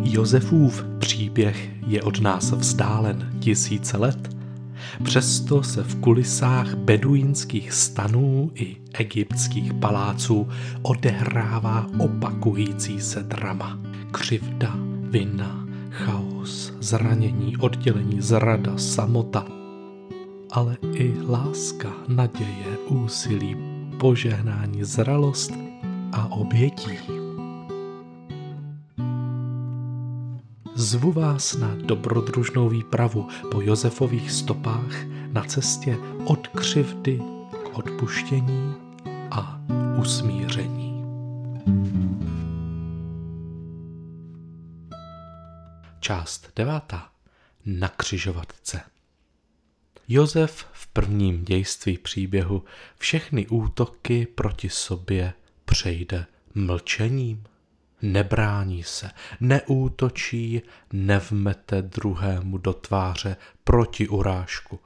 Josefův příběh je od nás vzdálen tisíce let, přesto se v kulisách beduínských stanů i egyptských paláců odehrává opakující se drama. Křivda, vina, chaos, zranění, oddělení, zrada, samota, ale i láska, naděje, úsilí, požehnání, zralost a obětí. Zvu vás na dobrodružnou výpravu po Josefových stopách na cestě od křivdy k odpuštění a usmíření. Část 9. Na křižovatce. Josef v prvním dějství příběhu všechny útoky proti sobě přejde mlčením. Nebrání se, neútočí, nevmete druhému do tváře protiurážku.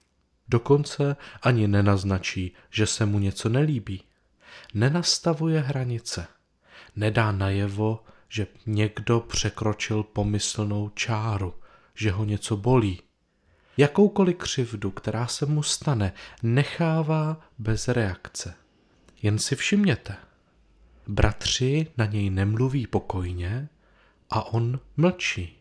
Dokonce ani nenaznačí, že se mu něco nelíbí. Nenastavuje hranice. Nedá najevo, že někdo překročil pomyslnou čáru, že ho něco bolí. Jakoukoliv křivdu, která se mu stane, nechává bez reakce. Jen si všimněte. Bratři na něj nemluví pokojně a on mlčí.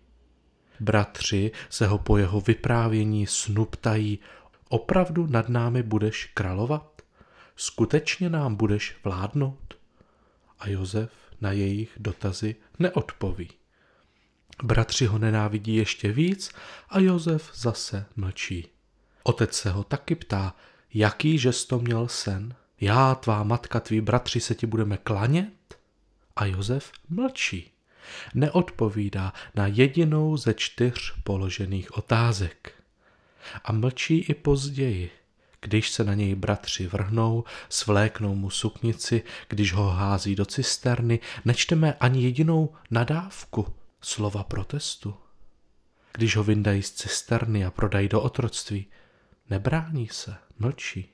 Bratři se ho po jeho vyprávění snu ptají: opravdu nad námi budeš královat? Skutečně nám budeš vládnout? A Josef na jejich dotazy neodpoví. Bratři ho nenávidí ještě víc a Josef zase mlčí. Otec se ho taky ptá: jaký žes to měl sen? Já, tvá matka, tví bratři se ti budeme klanět? A Josef mlčí. Neodpovídá na jedinou ze 4 položených otázek. A mlčí i později, když se na něj bratři vrhnou, svléknou mu suknici, když ho hází do cisterny, nečteme ani jedinou nadávku, slova protestu. Když ho vyndají z cisterny a prodají do otroctví, nebrání se, mlčí.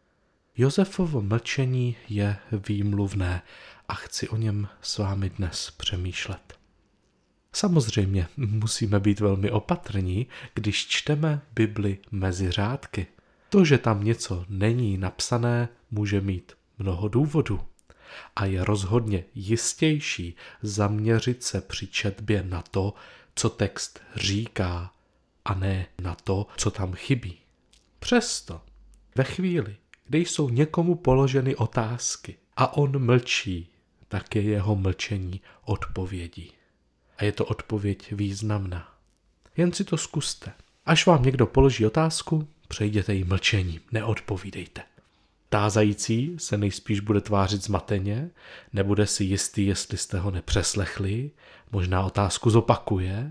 Josefovo mlčení je výmluvné a chci o něm s vámi dnes přemýšlet. Samozřejmě musíme být velmi opatrní, když čteme Bibli mezi řádky. To, že tam něco není napsané, může mít mnoho důvodů. A je rozhodně jistější zaměřit se při četbě na to, co text říká, a ne na to, co tam chybí. Přesto ve chvíli, kdy jsou někomu položeny otázky a on mlčí, tak je jeho mlčení odpovědí. A je to odpověď významná. Jen si to zkuste. Až vám někdo položí otázku, přejděte jí mlčením, neodpovídejte. Tázající se nejspíš bude tvářit zmateně, nebude si jistý, jestli jste ho nepřeslechli, možná otázku zopakuje,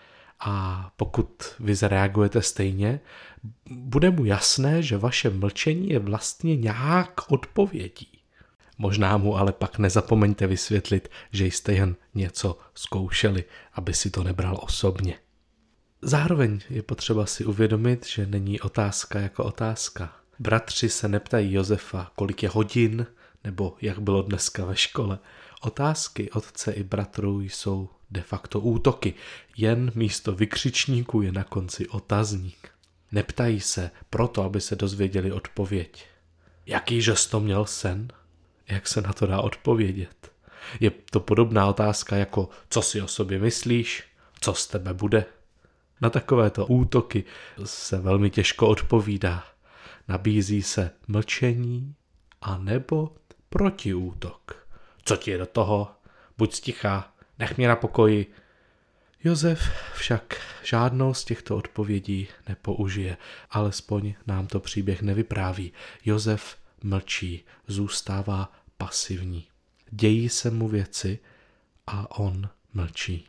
a pokud vy zareagujete stejně, bude mu jasné, že vaše mlčení je vlastně nějak odpovědí. Možná mu ale pak nezapomeňte vysvětlit, že jste jen něco zkoušeli, aby si to nebral osobně. Zároveň je potřeba si uvědomit, že není otázka jako otázka. Bratři se neptají Josefa, kolik je hodin, nebo jak bylo dneska ve škole. Otázky otce i bratrů jsou de facto útoky, jen místo vykřičníků je na konci otazník. Neptají se proto, aby se dozvěděli odpověď. Jaký žes to měl sen? Jak se na to dá odpovědět? Je to podobná otázka jako co si o sobě myslíš, co z tebe bude? Na takovéto útoky se velmi těžko odpovídá. Nabízí se mlčení a nebo protiútok. Co ti je do toho? Buď stichá, nech mě na pokoji. Josef však žádnou z těchto odpovědí nepoužije, alespoň nám to příběh nevypráví. Josef mlčí, zůstává pasivní. Dějí se mu věci a on mlčí.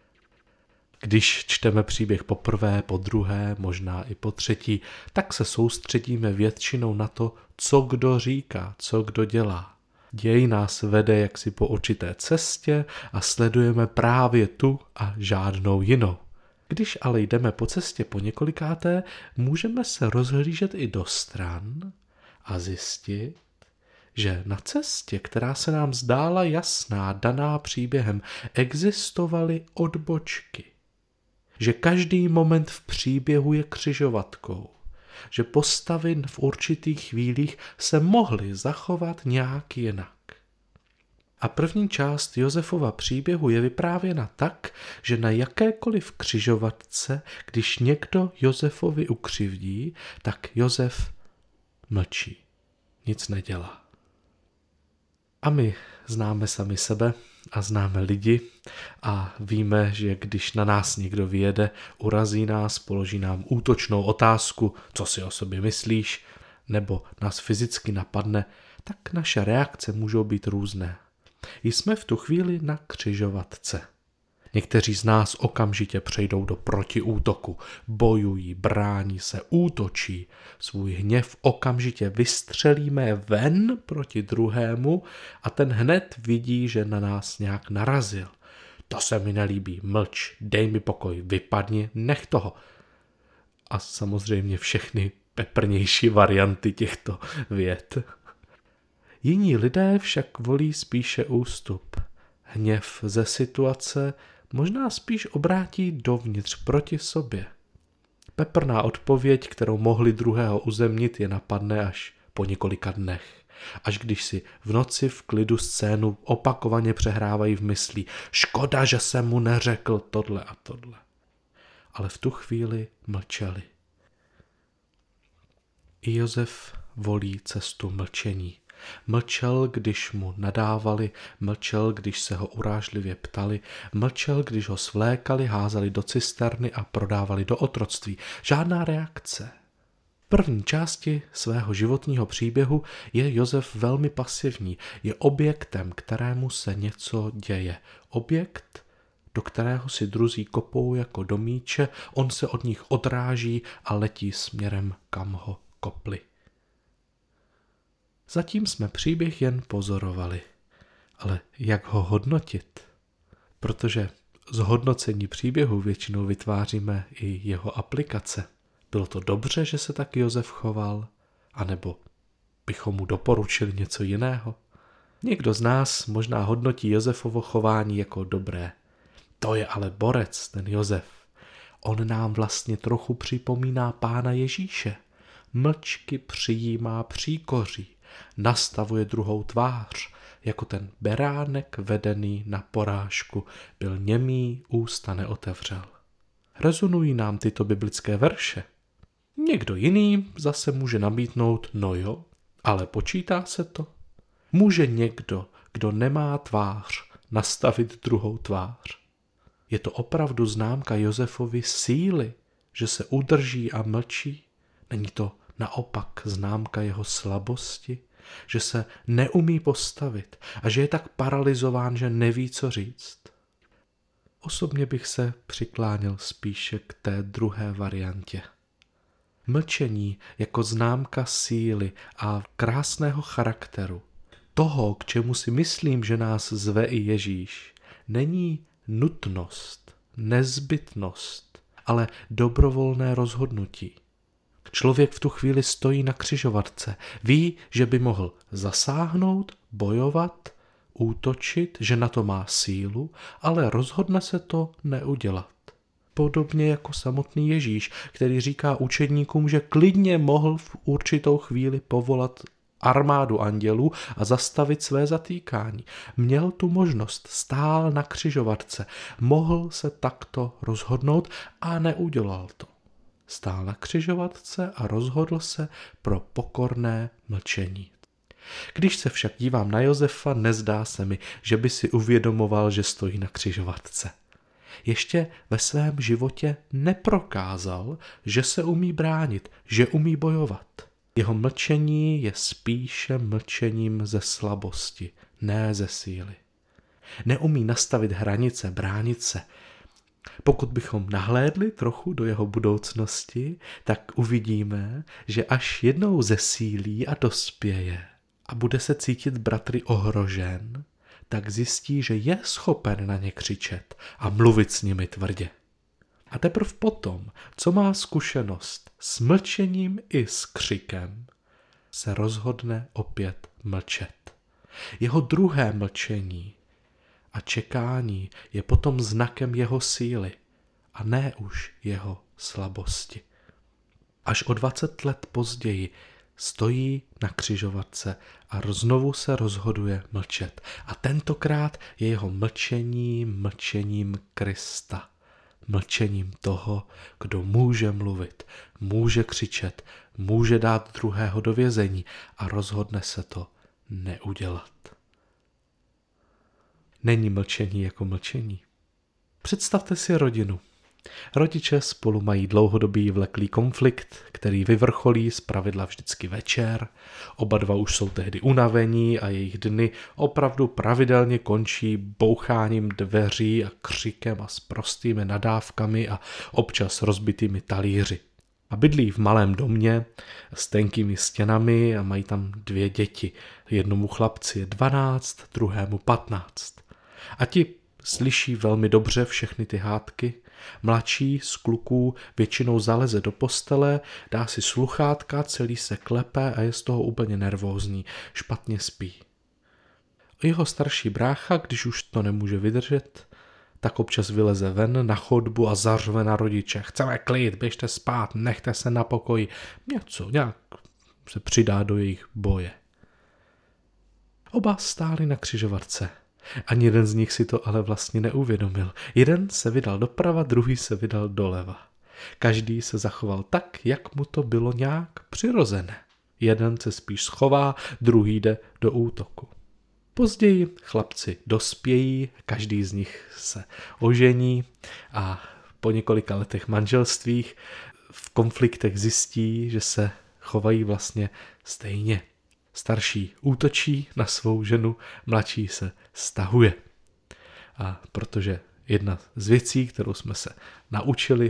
Když čteme příběh poprvé, podruhé, možná i potřetí, tak se soustředíme většinou na to, co kdo říká, co kdo dělá. Děj nás vede jaksi po určité cestě a sledujeme právě tu a žádnou jinou. Když ale jdeme po cestě po několikáté, můžeme se rozhlížet i do stran a zjistit, že na cestě, která se nám zdála jasná, daná příběhem, existovaly odbočky. Že každý moment v příběhu je křižovatkou. Že postavy v určitých chvílích se mohly zachovat nějak jinak. A první část Josefova příběhu je vyprávěna tak, že na jakékoliv křižovatce, když někdo Josefovi ukřivdí, tak Josef mlčí. Nic nedělá. A my známe sami sebe a známe lidi a víme, že když na nás někdo vyjede, urazí nás, položí nám útočnou otázku, co si o sobě myslíš, nebo nás fyzicky napadne, tak naše reakce můžou být různé. Jsme v tu chvíli na křižovatce. Někteří z nás okamžitě přejdou do protiútoku, bojují, brání se, útočí. Svůj hněv okamžitě vystřelíme ven proti druhému a ten hned vidí, že na nás nějak narazil. To se mi nelíbí, mlč, dej mi pokoj, vypadni, nech toho. A samozřejmě všechny peprnější varianty těchto vět. Jiní lidé však volí spíše ústup. Hněv ze situace možná spíš obrátí dovnitř proti sobě. Peprná odpověď, kterou mohli druhého uzemnit, je napadne až po několika dnech. Až když si v noci v klidu scénu opakovaně přehrávají v mysli. Škoda, že jsem mu neřekl tohle a tohle. Ale v tu chvíli mlčeli. I Josef volí cestu mlčení. Mlčel, když mu nadávali, mlčel, když se ho urážlivě ptali, mlčel, když ho svlékali, házeli do cisterny a prodávali do otroctví. Žádná reakce. V první části svého životního příběhu je Josef velmi pasivní, je objektem, kterému se něco děje. Objekt, do kterého si druzí kopou jako do míče, on se od nich odráží a letí směrem, kam ho kopli. Zatím jsme příběh jen pozorovali, ale jak ho hodnotit? Protože z hodnocení příběhu většinou vytváříme i jeho aplikace. Bylo to dobře, že se tak Josef choval? A nebo bychom mu doporučili něco jiného? Někdo z nás možná hodnotí Josefovo chování jako dobré. To je ale borec, ten Josef. On nám vlastně trochu připomíná Pána Ježíše. Mlčky přijímá příkoří. Nastavuje druhou tvář, jako ten beránek vedený na porážku, byl němý, ústa neotevřel. Rezonují nám tyto biblické verše. Někdo jiný zase může namítnout, no jo, ale počítá se to? Může někdo, kdo nemá tvář, nastavit druhou tvář? Je to opravdu známka Josefovy síly, že se udrží a mlčí? Není to naopak známka jeho slabosti, že se neumí postavit a že je tak paralyzován, že neví, co říct? Osobně bych se přikláněl spíše k té druhé variantě. Mlčení jako známka síly a krásného charakteru, toho, k čemu si myslím, že nás zve i Ježíš, není nutnost, nezbytnost, ale dobrovolné rozhodnutí. Člověk v tu chvíli stojí na křižovatce, ví, že by mohl zasáhnout, bojovat, útočit, že na to má sílu, ale rozhodne se to neudělat. Podobně jako samotný Ježíš, který říká učedníkům, že klidně mohl v určitou chvíli povolat armádu andělů a zastavit své zatýkání. Měl tu možnost, stál na křižovatce, mohl se takto rozhodnout a neudělal to. Stál na křižovatce a rozhodl se pro pokorné mlčení. Když se však dívám na Josefa, nezdá se mi, že by si uvědomoval, že stojí na křižovatce. Ještě ve svém životě neprokázal, že se umí bránit, že umí bojovat. Jeho mlčení je spíše mlčením ze slabosti, ne ze síly. Neumí nastavit hranice, bránit se. Pokud bychom nahlédli trochu do jeho budoucnosti, tak uvidíme, že až jednou zesílí a dospěje a bude se cítit bratry ohrožen, tak zjistí, že je schopen na ně křičet a mluvit s nimi tvrdě. A teprve potom, co má zkušenost s mlčením i s křikem, se rozhodne opět mlčet. Jeho druhé mlčení a čekání je potom znakem jeho síly a ne už jeho slabosti. Až o 20 let později stojí na křižovatce a znovu se rozhoduje mlčet. A tentokrát je jeho mlčení mlčením Krista. Mlčením toho, kdo může mluvit, může křičet, může dát druhého do vězení a rozhodne se to neudělat. Není mlčení jako mlčení. Představte si rodinu. Rodiče spolu mají dlouhodobý vleklý konflikt, který vyvrcholí zpravidla vždycky večer. Oba dva už jsou tehdy unavení a jejich dny opravdu pravidelně končí boucháním dveří a křikem a sprostými nadávkami a občas rozbitými talíři. A bydlí v malém domě s tenkými stěnami a mají tam 2 děti. Jednomu chlapci je 12, druhému 15. A ti slyší velmi dobře všechny ty hádky. Mladší z kluků většinou zaleze do postele, dá si sluchátka, celý se klepe a je z toho úplně nervózní, špatně spí. Jeho starší brácha, když už to nemůže vydržet, tak občas vyleze ven na chodbu a zařve na rodiče. Chceme klid, běžte spát, nechte se na pokoji. Nějak se přidá do jejich boje. Oba stáli na křižovatce. Ani jeden z nich si to ale vlastně neuvědomil. Jeden se vydal doprava, druhý se vydal doleva. Každý se zachoval tak, jak mu to bylo nějak přirozené. Jeden se spíš schová, druhý jde do útoku. Později chlapci dospějí, každý z nich se ožení a po několika letech manželstvích v konfliktech zjistí, že se chovají vlastně stejně. Starší útočí na svou ženu, mladší se stahuje. A protože jedna z věcí, kterou jsme se naučili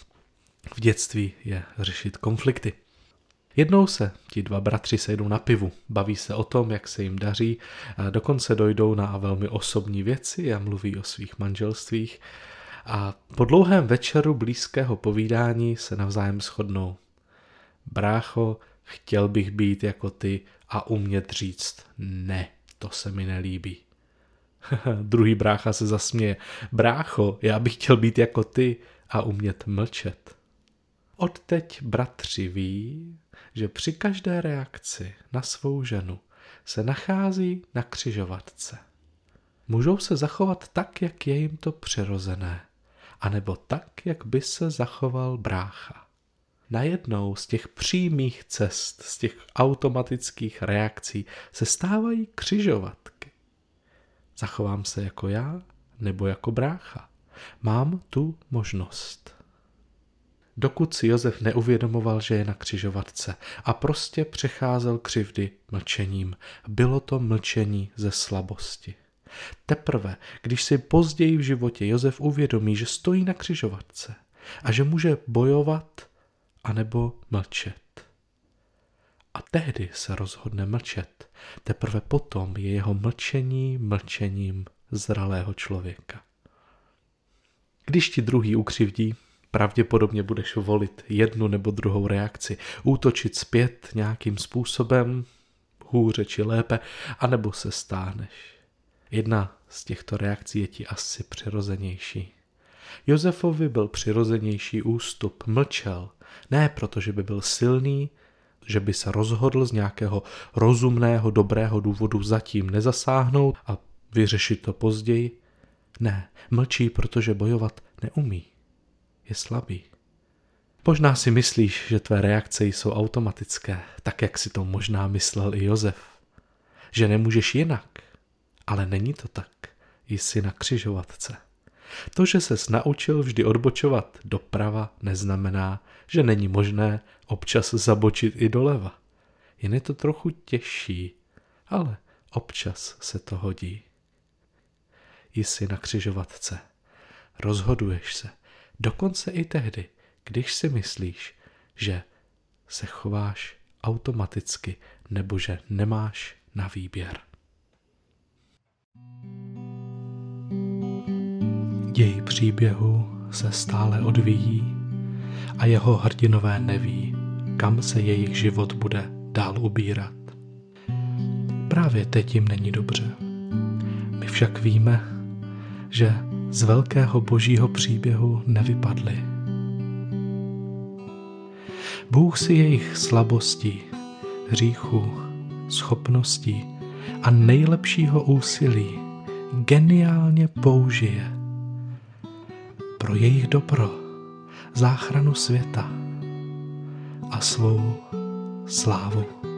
v dětství, je řešit konflikty. Jednou se ti 2 bratři sejdou na pivu, baví se o tom, jak se jim daří, a dokonce dojdou na velmi osobní věci a mluví o svých manželstvích. A po dlouhém večeru blízkého povídání se navzájem shodnou. Brácho, chtěl bych být jako ty a umět říct ne, to se mi nelíbí. Druhý brácha se zasměje. Brácho, já bych chtěl být jako ty a umět mlčet. Odteď bratři ví, že při každé reakci na svou ženu se nachází na křižovatce. Můžou se zachovat tak, jak je jim to přirozené, anebo tak, jak by se zachoval brácha. Najednou z těch přímých cest, z těch automatických reakcí se stávají křižovatky. Zachovám se jako já nebo jako brácha. Mám tu možnost. Dokud si Josef neuvědomoval, že je na křižovatce a prostě přecházel křivdy mlčením. Bylo to mlčení ze slabosti. Teprve, když si později v životě Josef uvědomí, že stojí na křižovatce a že může bojovat anebo mlčet. A tehdy se rozhodne mlčet. Teprve potom je jeho mlčení mlčením zralého člověka. Když ti druhý ukřivdí, pravděpodobně budeš volit jednu nebo druhou reakci, útočit zpět nějakým způsobem, hůře či lépe, anebo se stáhneš. Jedna z těchto reakcí je ti asi přirozenější. Josefovi byl přirozenější ústup, mlčel, ne protože by byl silný, že by se rozhodl z nějakého rozumného, dobrého důvodu zatím nezasáhnout a vyřešit to později. Ne, mlčí, protože bojovat neumí. Je slabý. Možná si myslíš, že tvé reakce jsou automatické, tak jak si to možná myslel i Josef. Že nemůžeš jinak, ale není to tak. Jsi na křižovatce. To, že ses naučil vždy odbočovat doprava, neznamená, že není možné občas zabočit i doleva. Jen je to trochu těžší, ale občas se to hodí. Jsi na křižovatce. Rozhoduješ se. Dokonce i tehdy, když si myslíš, že se chováš automaticky nebo že nemáš na výběr. Děj příběhu se stále odvíjí a jeho hrdinové neví, kam se jejich život bude dál ubírat. Právě teď jim není dobře. My však víme, že z velkého božího příběhu nevypadli. Bůh si jejich slabostí, hříchu, schopností a nejlepšího úsilí geniálně použije pro jejich dobro, záchranu světa a svou slávu.